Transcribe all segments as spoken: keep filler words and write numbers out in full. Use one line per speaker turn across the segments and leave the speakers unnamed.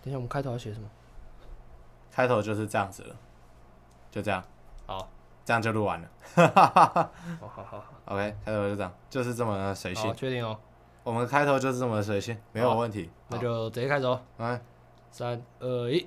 等一下，我们开头要写什么？
开头就是这样子了，就这样。
好，
这样就录完了。
哦，好好好。
OK， 开头就这样，就是这么随性。
确定哦。
我们开头就是这么随性，没有问题。
那就直接开始哦。
来，
三二一。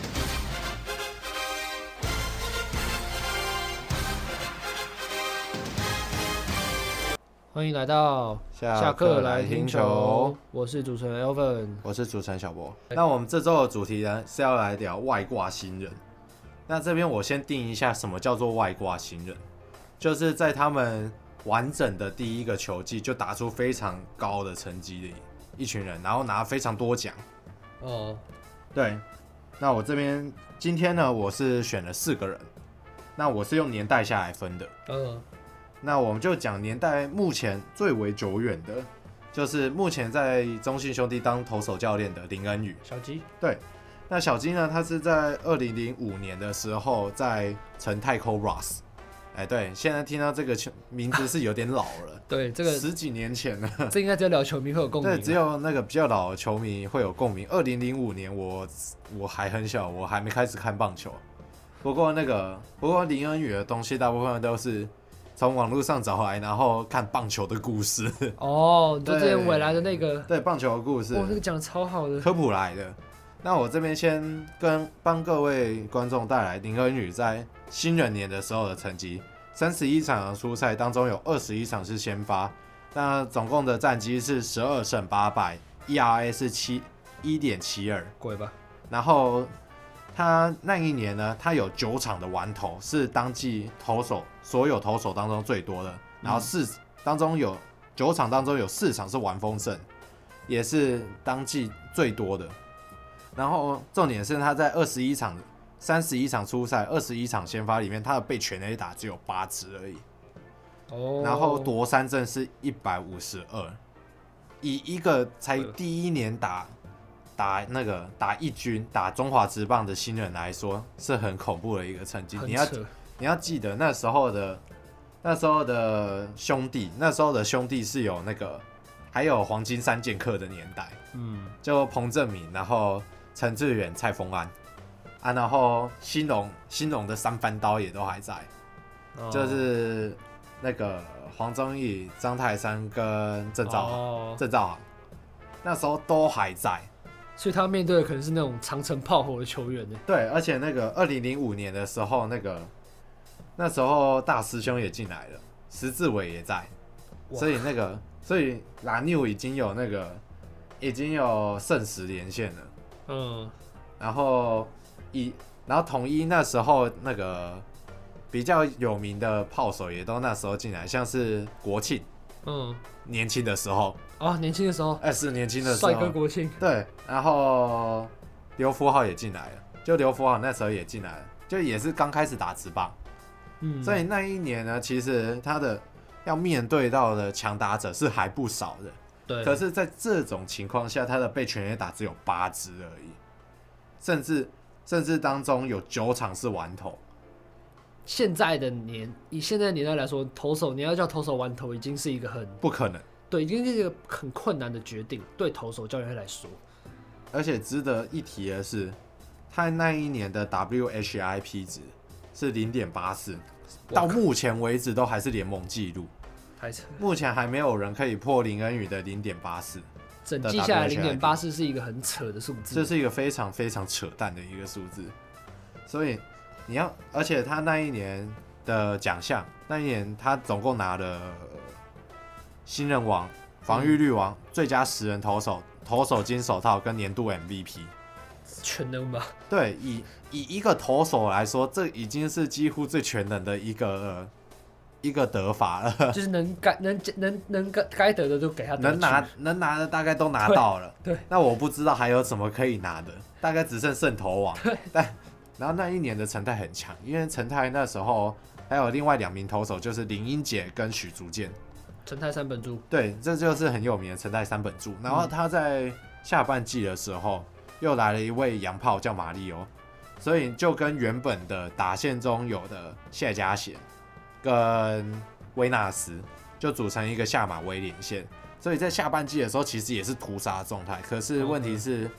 欢迎来到
下课来听球，
我是主持人 Elvin，
我是主持人小博。那我们这周的主题呢是要来聊外挂新人。那这边我先定一下什么叫做外挂新人，就是在他们完整的第一个球季就打出非常高的成绩的一群人，然后拿非常多奖。
哦，
对。那我这边今天呢，我是选了四个人，那我是用年代下来分的。
嗯。
那我们就讲年代目前最为久远的，就是目前在中信兄弟当投手教练的林恩宇。
小鸡。
对，那小鸡呢，他是在二零零五年的时候在成泰 Cobras。哎，对，现在听到这个名字是有点老了。
对，这个
十几年前了。
这应该只有聊球迷会有共鸣。
对，只有那个比较老的球迷会有共鸣。二零零五年我我还很小，我还没开始看棒球。不过那个不过林恩宇的东西大部分都是从网络上找来，然后看棒球的故事。
哦，就之前未来的那个。
对，棒球的故事。
哇，那个讲的超好的。
科普来的。那我这边先跟帮各位观众带来林恩宇在新人年的时候的成绩。三十一场的出赛当中有二十一场是先发，那总共的战绩是十二胜八败 ，E R A 是一点七二，
贵吧？
然后他那一年呢，他有九场的完投，是当季投手所有投手当中最多的。然后四、嗯、当中有九场当中有四场是完封胜，也是当季最多的。然后重点是他在二十一场、三十一场出赛、二十一场先发里面，他的被全垒打只有八支而已。
哦。
然后夺三振是一百五十二，以一个才第一年打。打那个打一军打中华职棒的新人来说，是很恐怖的一个成绩。你要你要记得那时候的那时候的兄弟，那时候的兄弟是有那个还有黄金三剑客的年代，嗯，就彭政闵，然后陈致远、蔡丰安啊，然后兴农兴农的三番刀也都还在，哦、就是那个黄宗义、张泰山跟郑兆航，郑兆航那时候都还在。
所以他面对的可能是那种长程炮火的球员呢。
对，而且那个二零零五年的时候，那个那时候大师兄也进来了，石志伟也在，所以那个所以拉纽已经有那个已经有圣十连线了。嗯，然后以然后统一那时候那个比较有名的炮手也都那时候进来，像是国庆，嗯，年轻的时候。
哦，年轻的时候，
哎、欸，是年轻的时候，
帅哥国庆，
对，然后刘福豪也进来了，就刘福豪那时候也进来了，就也是刚开始打职棒，嗯，所以那一年呢，其实他的要面对到的强打者是还不少的，
对，
可是，在这种情况下，他的被全垒打只有八支而已，甚至甚至当中有九场是完投。
现在的年，以现在的年代来说，投手你要叫投手完投，已经是一个很
不可能。
对，已经是一个很困难的决定，对投手教练来说。
而且值得一提的是，他那一年的 W H I P 值是 零点八四， 到目前为止都还是联盟纪录。
太扯！
目前还没有人可以破林恩宇的 零点八四。
整季下来 零点八四 是一个很扯的数字。
这是一个非常非常扯淡的一个数字。所以你要，而且他那一年的奖项，那一年他总共拿了新人王、防御率王、最佳十人投手、投手金手套跟年度 M V P，
全能吧？
对，以以一个投手来说，这已经是几乎最全能的一个、呃、一个得法了。
就是能该能能能该得的都给他得，
能拿能拿的大概都拿到了。
对，对
那我不知道还有什么可以拿的，大概只剩胜投王。
对，
但然后那一年的陈泰很强，因为陈泰那时候还有另外两名投手，就是林英杰跟许竹健。
陈泰三本柱，
对，这就是很有名的陈泰三本柱。然后他在下半季的时候，又来了一位洋炮叫马利欧，所以就跟原本的打线中有的谢家贤跟威纳斯，就组成一个下马威连线。所以在下半季的时候，其实也是屠杀状态。可是问题是，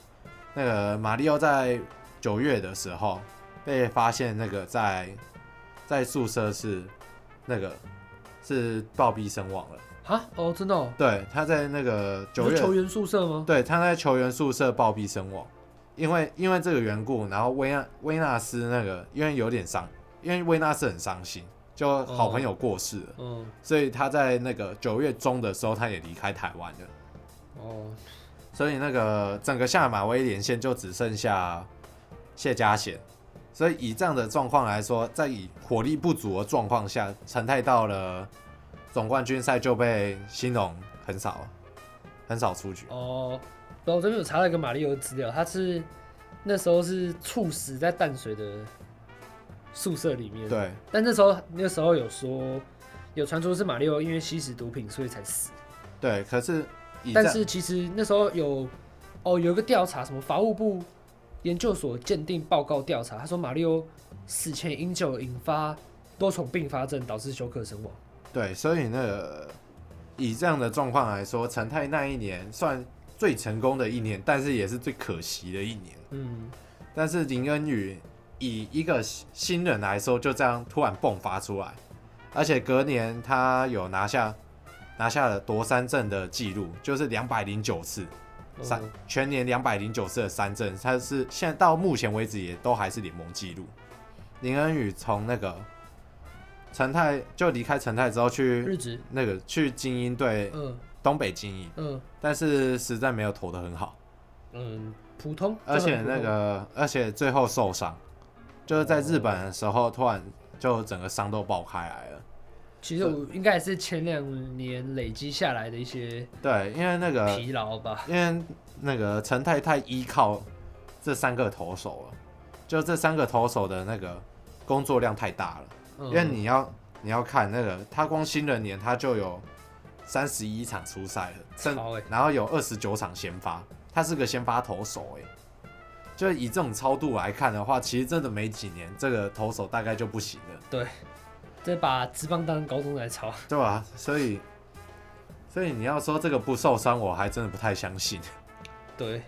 那个马里奥在九月的时候被发现，那个在在宿舍是那个是暴毙身亡了。
啊，哦，真的哦。
对，他在那个九月
球员宿舍吗？
对，他在球员宿舍暴毙身亡，因为因为这个缘故，然后威纳威纳斯那个因为有点伤，因为威纳斯很伤心，就好朋友过世了，
嗯，
所以他在那个九月中的时候，他也离开台湾了。
哦，
所以那个整个下马威连线就只剩下谢家贤，所以以这样的状况来说，在以火力不足的状况下，陈泰到了总冠军赛就被兴农很少很少出局。
哦，然后我这边有查到一个马里奥的资料，他是那时候是猝死在淡水的宿舍里面。
对，
但那时候那时候有说，有传说是马里奥因为吸食毒品所以才死。
对，可是以
但是其实那时候有哦有一个调查，什么法务部研究所鉴定报告调查，他说马里奥死前饮酒引发多重并发症，导致休克身亡。
对，所以那个以这样的状况来说，陈泰那一年算最成功的一年，但是也是最可惜的一年。
嗯，
但是林恩宇以一个新人来说，就这样突然迸发出来，而且隔年他有拿下拿下了夺三振的记录，就是两百零九次，三全年两百零九次的三振，他是现在到目前为止也都还是联盟纪录。林恩宇从那个陈泰就离开陈泰之后去
日职
那个去精英队，
嗯
东北精英，
嗯
但是实在没有投得很好，
嗯，普通，
而且那个而且最后受伤，就是在日本的时候突然就整个伤都爆开来了。
其实我应该也是前两年累积下来的一些
对，因为那个
疲劳吧，
因为那个陈泰太依靠这三个投手了，就这三个投手的那个工作量太大了。
嗯、
因为你要你要看那个，他光新人年他就有三十一场出赛了，
欸、
然后有二十九场先发，他是个先发投手哎、欸，就以这种超度来看的话，其实真的没几年，这个投手大概就不行了。
对，这把职棒当高中来炒，
对吧、啊？所以所以你要说这个不受伤，我还真的不太相信。
对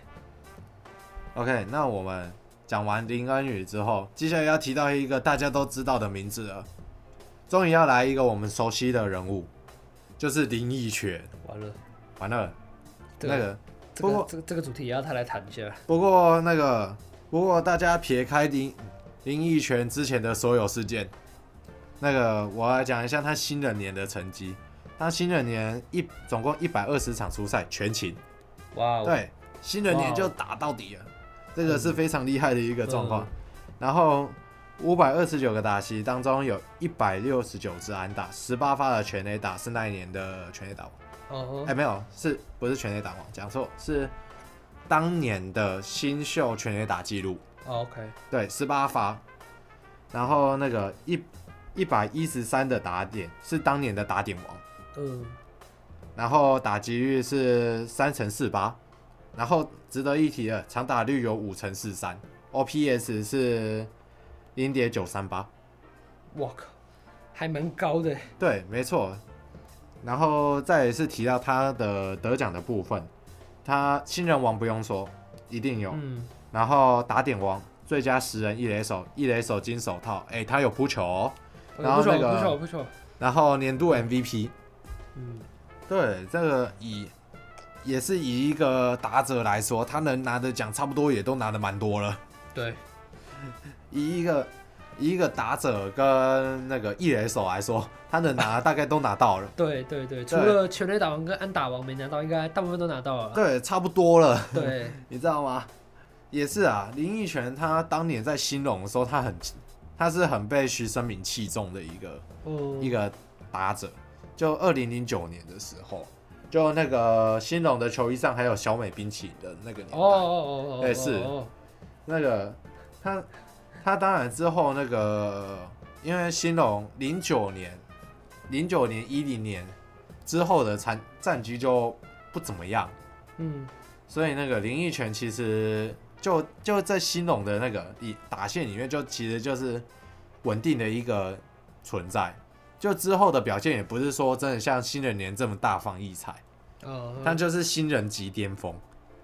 ，OK， 那我们讲完林恩宇之后，接下来要提到一个大家都知道的名字了，终于要来一个我们熟悉的人物，就是林益全。
完了，
完了，
这
那个，
这个这个这个主题也要他来谈一下。
不过那个，不过大家撇开林林益全之前的所有事件，那个我来讲一下他新人年的成绩。他新人年一总共一百二十场出赛全勤，
哇、wow ，
对，新人年就打到底了。这个是非常厉害的一个状况、嗯，然后五百二十九个打席当中有一百六十九支安打，十八发的全垒打是那一年的全垒打王。哦、uh，哎、huh. 欸，没有，是不是全垒打王？讲错，是当年的新秀全垒打纪录。
Oh, OK，
对，十八发，然后那个一一百一十三的打点是当年的打点王。嗯，然后打击率是三乘四八。然后值得一提的，长打率有五乘四三 ，O P S 是零点九三八，
哇靠，还蛮高的。
对，没错。然后再是提到他的得奖的部分，他新人王不用说，一定有。嗯。然后打点王、最佳十人一垒手、一垒手金手套，哎，他有扑球哦。然后那个
扑球扑球。然
后年度 M V P， 嗯，对，这个以。也是以一个打者来说，他能拿的奖差不多也都拿的蛮多了。
对，
以一个以一个打者跟那个一垒手来说，他能拿大概都拿到了。
对对对，除了全垒打王跟安打王没拿到，应该大部分都拿到了。
对，差不多了。
对，
你知道吗？也是啊，林益全他当年在兴隆的时候，他很他是很被徐生敏器重的一个、嗯、一个打者。就二零零九年的时候。就那个兴隆的球衣上还有小美冰淇淋的那个年代，哦哦哦，对，是那个他他当然之后那个，因为兴隆零九年、零九年、一零年之后的战战绩就不怎么样，嗯，所以那个林益全其实就就在兴隆的那个打线里面，就其实就是稳定的一个存在。就之后的表现也不是说真的像新人年这么大放异彩，他就是新人级巅峰，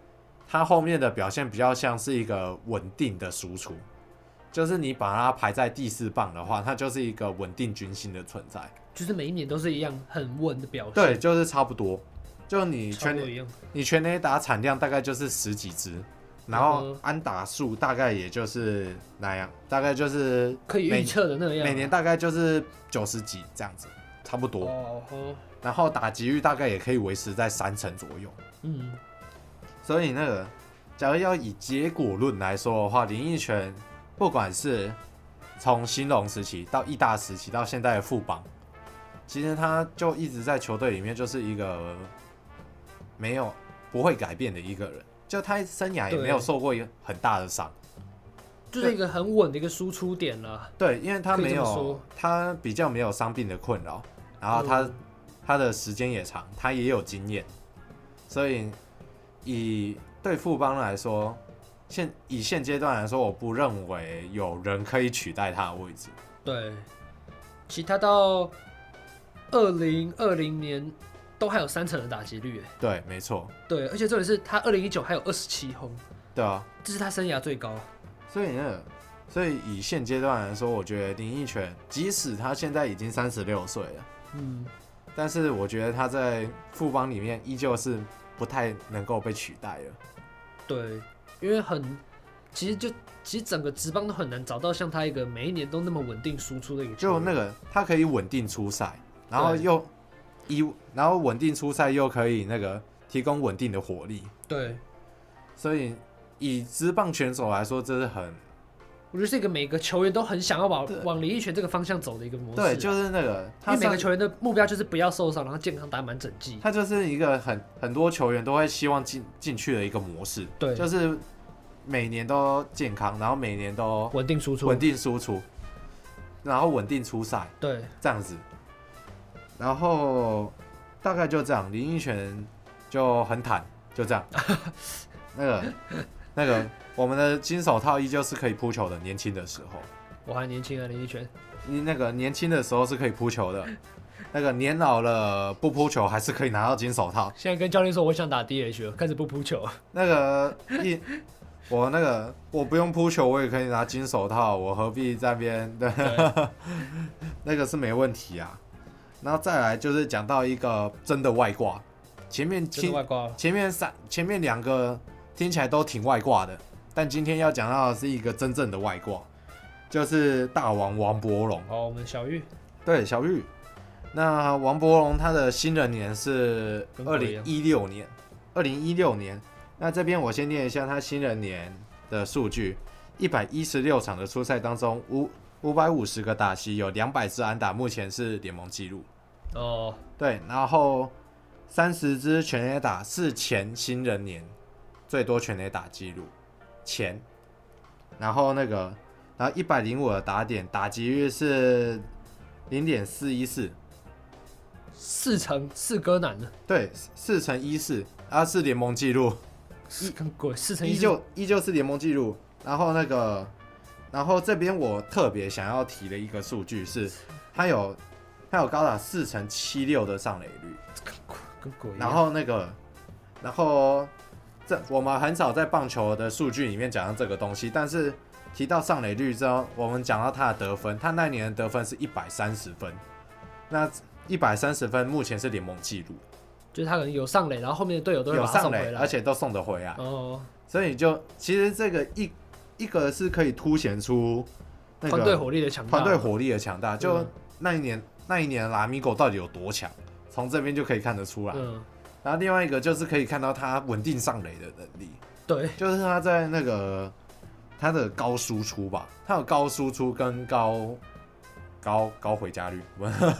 他后面的表现比较像是一个稳定的输出，就是你把它排在第四棒的话，它就是一个稳定军心的存在，
就是每一年都是一样很稳的表现。
对，就是差不多，就你全
一样
你全垒打产量大概就是十几支，然后安打数大概也就是那样，大概就是
可以预测的那样、啊，
每年大概就是九十几这样子，差不多。
哦哦、
然后打击率大概也可以维持在三成左右。
嗯，
所以那个，假如要以结果论来说的话，林益全不管是从兴隆时期到义大时期到现在的富邦，其实他就一直在球队里面就是一个没有不会改变的一个人。就他生涯也没有受过一个很大的伤，
就是一个很稳的一个输出点啦。
对，因为他没有，他比较没有伤病的困扰，然后他、嗯、他的时间也长，他也有经验，所以以对富邦来说，现以现阶段来说，我不认为有人可以取代他的位置。
对，其他到二零二零年。都还有三成的打击率，
对，没错。
对，而且重点是他二零一九还有二十七轰，
对啊，
这是他生涯最高。
所以呢，所以以现阶段来说，我觉得林益全，即使他现在已经三十六岁了，嗯，但是我觉得他在富邦里面依旧是不太能够被取代了。
对，因为很，其实就其实整个职棒都很难找到像他一个每一年都那么稳定输出的一个球员，
就那个他可以稳定出赛，然后又。一，然后稳定出赛又可以那个提供稳定的火力，
对，
所以以职棒选手来说，这是很，
我觉得是一个每个球员都很想要往往林益全这个方向走的一个模式、啊。
对，就是那个，
因为每个球员的目标就是不要受伤，然后健康打满整季。
他就是一个很很多球员都会希望进进去的一个模式，
对，
就是每年都健康，然后每年都
稳定输出，
稳定输出，然后稳定出赛，
对，
这样子。然后大概就这样，林益全就很坦，就这样。那个那个，我们的金手套依旧是可以扑球的，年轻的时候。
我还年轻啊，林益全。
你那个年轻的时候是可以扑球的，那个年老了不扑球还是可以拿到金手套。
现在跟教练说我想打 D H 了，开始不扑球。
那个一。我那个我不用扑球，我也可以拿金手套，我何必在那边？对，那个是没问题啊。然后再来就是讲到一个真的外挂，前面听前面三前面两个听起来都挺外挂的，但今天要讲到的是一个真正的外挂，就是大王王柏融。
哦，我们小玉。
对，小玉。那王柏融他的新人年是二零一六年，二零一六年。那这边我先念一下他新人年的数据：一百一十六场的出赛当中，五五百五十个打席，有两百支安打，目前是联盟纪录。
哦，
对，然后三十支全垒打是前新人年最多全垒打纪录前。然后那个，然后一百零五的打点，打击率是零点四一四，
四成四哥难的。
对，四乘一四，啊是联盟纪录。
更贵，四成一
依旧依旧是联盟纪录。然后那个，然后这边我特别想要提的一个数据是，它有它有高达四成七六的上垒率，
跟鬼一样。
然后那个，然后这我们很少在棒球的数据里面讲到这个东西，但是提到上垒率之后，我们讲到他的得分，他那年的得分是一百三十分，那一百三十分目前是联盟纪录。
就是他可能有上垒，然后后面的队友都会把他送回来，
而且都送得回来。
哦，
所以就其实这个一一个是可以凸显出那个
团队火力的强大，
团队火力的强大。就那一年、嗯、那一年拉米狗到底有多强，从这边就可以看得出来。嗯，然后另外一个就是可以看到他稳定上垒的能力。
对，
就是他在那个他的高输出吧，他有高输出跟高高高回家率。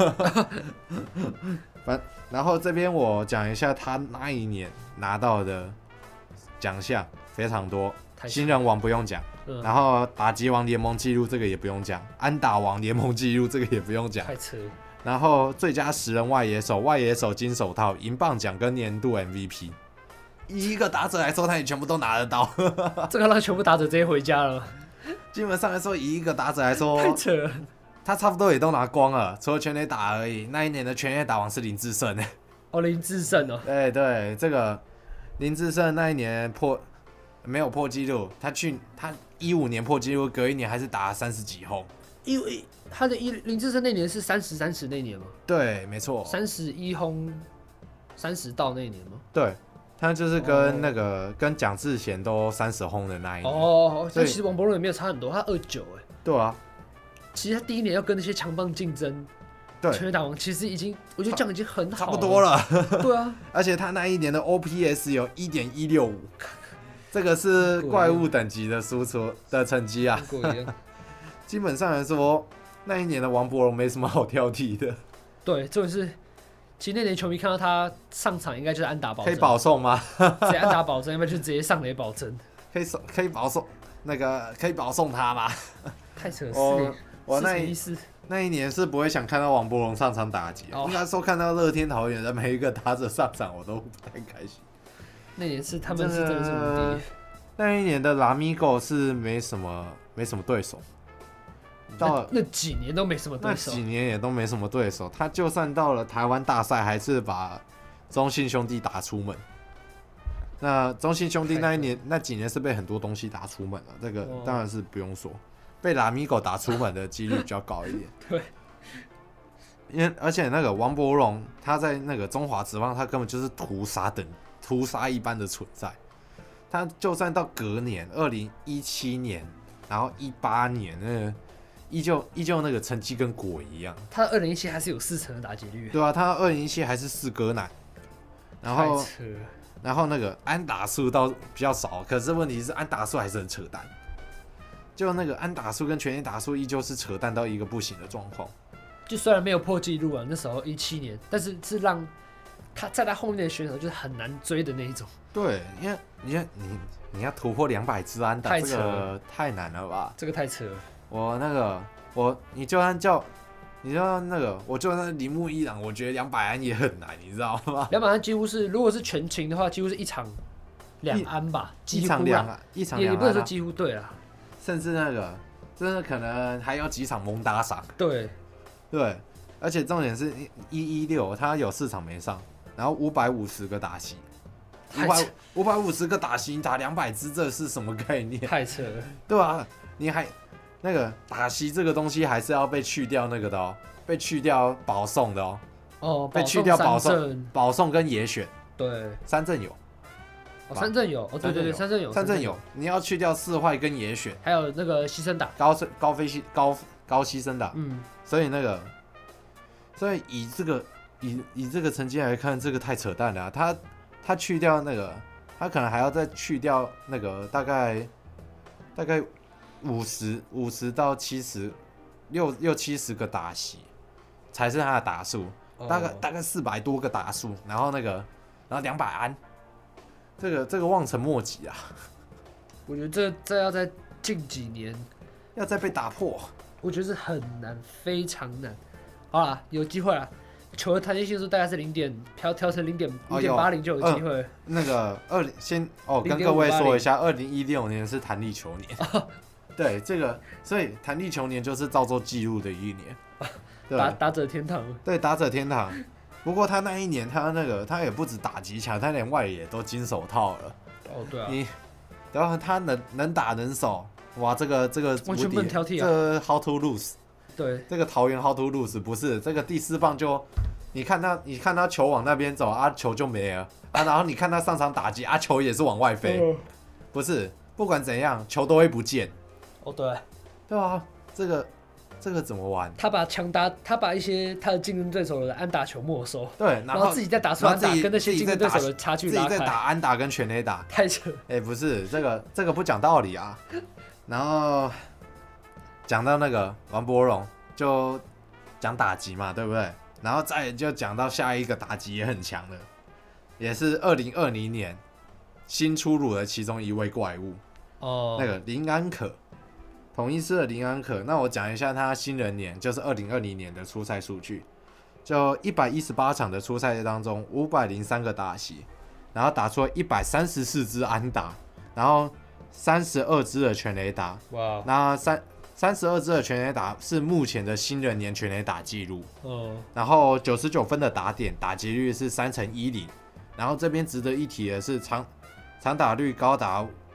然后这边我讲一下他那一年拿到的奖项非常多，新人王不用讲、嗯，然后打击王联盟纪录这个也不用讲，安打王联盟纪录这个也不用讲，
太扯。
然后最佳十人外野手、外野手金手套、银棒奖跟年度 M V P， 以一个打者来说，他也全部都拿得到。
这个让全部打者直接回家了。
基本上来说，以一个打者来说，
太扯了。
他差不多也都拿光了，除了全垒打而已。那一年的全垒打王是林智胜。
哦，林智胜哦。
对对，这个林智胜那一年破没有破纪录，他去他一五年破纪录，隔一年还是打了三十几轰。
因为他的一林志胜那年是三十三十那年吗？
对，没错，
三十一轰，三十道那年吗？
对，他就是跟那个、哦、跟蒋志贤都三十轰的那一年。
哦，所以其实王柏融也没有差很多，他二九哎。
对啊，
其实他第一年要跟那些强棒竞争，
对，
全垒打王其实已经，我觉得这样已经很好了，
差不多了。
对啊，
而且他那一年的 O P S 有 一点一六五， 这个是怪物等级的输出的成绩啊。基本上来说，那一年的王柏融没什么好挑剔的。
对，重点是，其实那年球迷看到他上场，应该就是安打保证。
可以保送吗？
直接安打保证，要不然就直接上垒保证。
可以可以保送那个可以保送他吗？
太扯了，
我我那
一
那一年是不会想看到王柏融上场打击、哦，应该说看到乐天桃园的每一个打者上场，我都不太开心。
那年是他们是真的是无敌。
那一年的拉米狗是没什么没什么对手。
到 那, 那几年都没什么对手，
那几年也都没什么对手。他就算到了台湾大赛，还是把中信兄弟打出门。那中信兄弟那一年、那几年是被很多东西打出门了，这个当然是不用说。被拉米狗打出门的几率比较高一点。
对，
因为而且那个王柏融，他在那个中华职棒，他根本就是屠杀等屠杀一般的存在。他就算到隔年二零一七年，然后一八年那个。依旧依旧那个成绩跟鬼一样，
他二零一七还是有四成的打击率，
对啊，他二零一七还是四哥奶，然后然后那个安打数倒比较少，可是问题是安打数还是很扯淡，就那个安打数跟全垒打数依旧是扯淡到一个不行的状况。
就虽然没有破纪录啊，那时候一七年，但是是让他在他后面的选手就是很难追的那一种。
对，因为你你你要突破两百支安打，这个太难了吧？
这个太扯了。
我那个我你就算叫你就算那个我就算铃木一朗，我觉得两百安也很难，你知道吗？
两百安几乎是，如果是全勤的话，几乎是一场两安吧，
一场两安，一场两安、啊、
也不能说几乎对啦，
甚至那个真的可能还有几场蒙打赏。
对
对，而且重点是一一六他有四场没上，然后五百五十个打席，五百五十个打席打两百支，这是什么概念？
太扯了，
对吧、啊？你还。那个打席这个东西还是要被去掉那个的哦，被去掉保送的哦。
哦，
被去掉保送、保送跟野选。
对，
三振有。
哦，三振有，哦，对对对，三振有，
三振有。你要去掉四坏跟野选，
还有那个牺牲打，
高高飞牺高高牺牲打。
嗯，
所以那个，所以以这个以以这个成绩来看，这个太扯淡了、啊。他他去掉那个，他可能还要再去掉那个大概大概。五十五十到七十六六七十个打席才是他的打数，大概大概四百多个打数，然后那个然后两百安，这个这个望尘莫及啊！
我觉得这这要在近几年
要再被打破，
我觉得是很难，非常难。好啦，有机会啦。球的弹性系数大概是零点，调调成零点零点八零就有机会、呃。
那个二先哦，跟各位说一下，二零一六年是弹力球年。对，这个所以弹力球年就是造作纪录的一年，
打打者天堂。
对，打者天堂。不过他那一年，他那个他也不止打击强，他连外野都金手套了。
哦，对啊。
你，然后他能能打能守，哇，这个这个
完全不能挑剔啊。
这个 how to lose？
对，
这个桃园 how to lose 不是这个第四棒就，你看他你看他球往那边走啊，球就没了啊，然后你看他上场打击啊，球也是往外飞，嗯、不是不管怎样，球都会不见。
哦，对，
对啊，这个这个怎么玩？
他把强打，他把一些他的竞争对手的安打球没收，
对，
然后自己再打出安打，跟那些竞争对手的差距拉开，
自己在打安打跟全垒打，
太扯。
哎、欸，不是这个这个不讲道理啊。然后讲到那个王柏融，就讲打击嘛，对不对？然后再就讲到下一个打击也很强的，也是二零二零年新出炉的其中一位怪物哦，那个林安可。统一狮的林安可，那我讲一下他新人年，就是二零二零年的出赛数据，就一百一十八场的出赛当中，五百零三个打席，然后打出了一百三十四支安打，然后三十二支的全垒打，哇，那三三十二支的全垒打是目前的新人年全垒打纪录，哦，然后九十九分的打点，打击率是三成一零，然后这边值得一提的是长长打率高达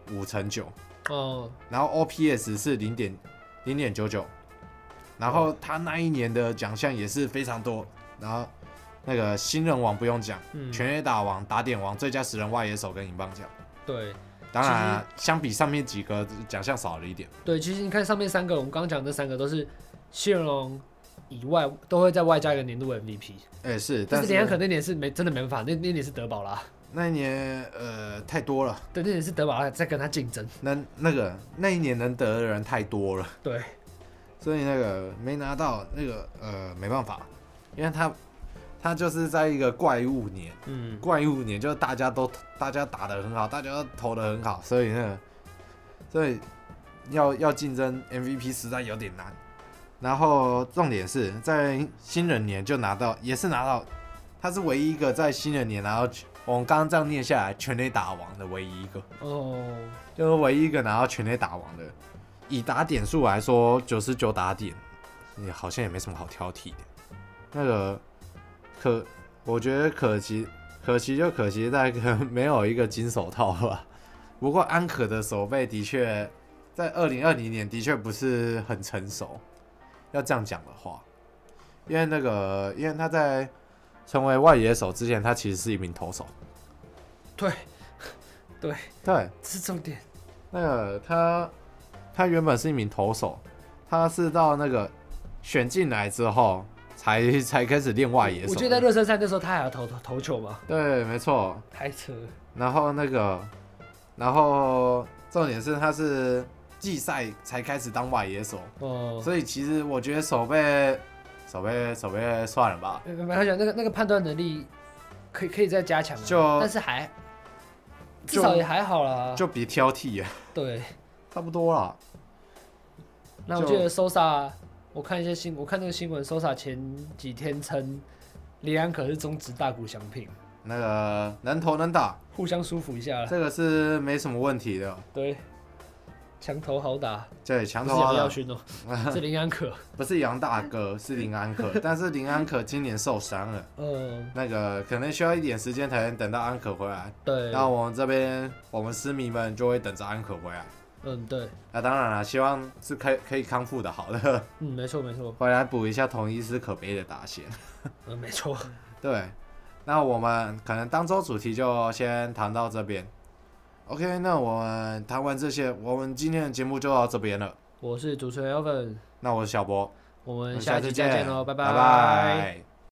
五成九，
哦，
然后 O P S 是零点零点九九，然后他那一年的奖项也是非常多，然后那个新人王不用讲，
嗯，
全垒打王、打点王、最佳十人外野手跟银棒奖。
对，
当然、啊、相比上面几个奖项少了一点。
对，其实你看上面三个，我们刚刚讲的这三个都是新人王以外，都会再外加一个年度 M V P。
哎、欸，是，
但
是
林安可那年是没真的没办法，那那年是德保拉。
那一年呃太多了，
对，那年是德保拉在跟他竞争。
那那个那一年能得的人太多了，
对，
所以那个没拿到那个呃没办法，因为他他就是在一个怪物年，
嗯，
怪物年就是大家都大家打得很好，大家都投得很好，所以那个所以要要竞争 M V P 实在有点难。然后重点是在新人年就拿到，也是拿到，他是唯一一个在新人年拿到。我们刚刚这样念下来，全垒打王的唯一一个
哦，
就是唯一一个拿到全垒打王的。以打点数来说，九十九打点，也好像也没什么好挑剔的。那个可，我觉得可惜，可惜就可惜在没有一个金手套吧。不过安可的手背的确在二零二零年的确不是很成熟，要这样讲的话，因为那个，因为他在成为外野手之前，他其实是一名投手。
对，对，
对，
这是重点。
那个他，他原本是一名投手，他是到那个选进来之后，才才开始练外野手。
我记得在热身赛那时候他还要投投投球嘛。
对，没错。
太扯了。
然后那个，然后重点是他是季赛才开始当外野手，哦，所以其实我觉得手背。手背手背算了吧，
没关系，那个那个判断能力可以可以再加强，就但是还至少也还好啦，
就别挑剔啊。
对，
差不多啦。
那我记得 Sosa， 我看一些新，我看那个新闻 ，Sosa 前几天称林安可是中职大谷翔平，
那个能投能打，
互相舒服一下啦，
这个是没什么问题的。
对。强投好打，
对，强投好打。
不是杨耀勋哦，是林安可，
不是杨大哥，是林安可。但是林安可今年受伤了，嗯，那个可能需要一点时间才能等到安可回来。
对，
那我们这边我们狮迷们就会等着安可回来。
嗯，对。
那当然了，希望是可以可以康复的好的。
嗯，没错没错。
回来补一下同一师可悲的打线。
嗯，没错。
对，那我们可能当周主题就先谈到这边。OK， 那我们谈完这些，我们今天的节目就到这边了。
我是主持人 Elvin，
那我是小博，
我们下期再见喽，拜
拜拜。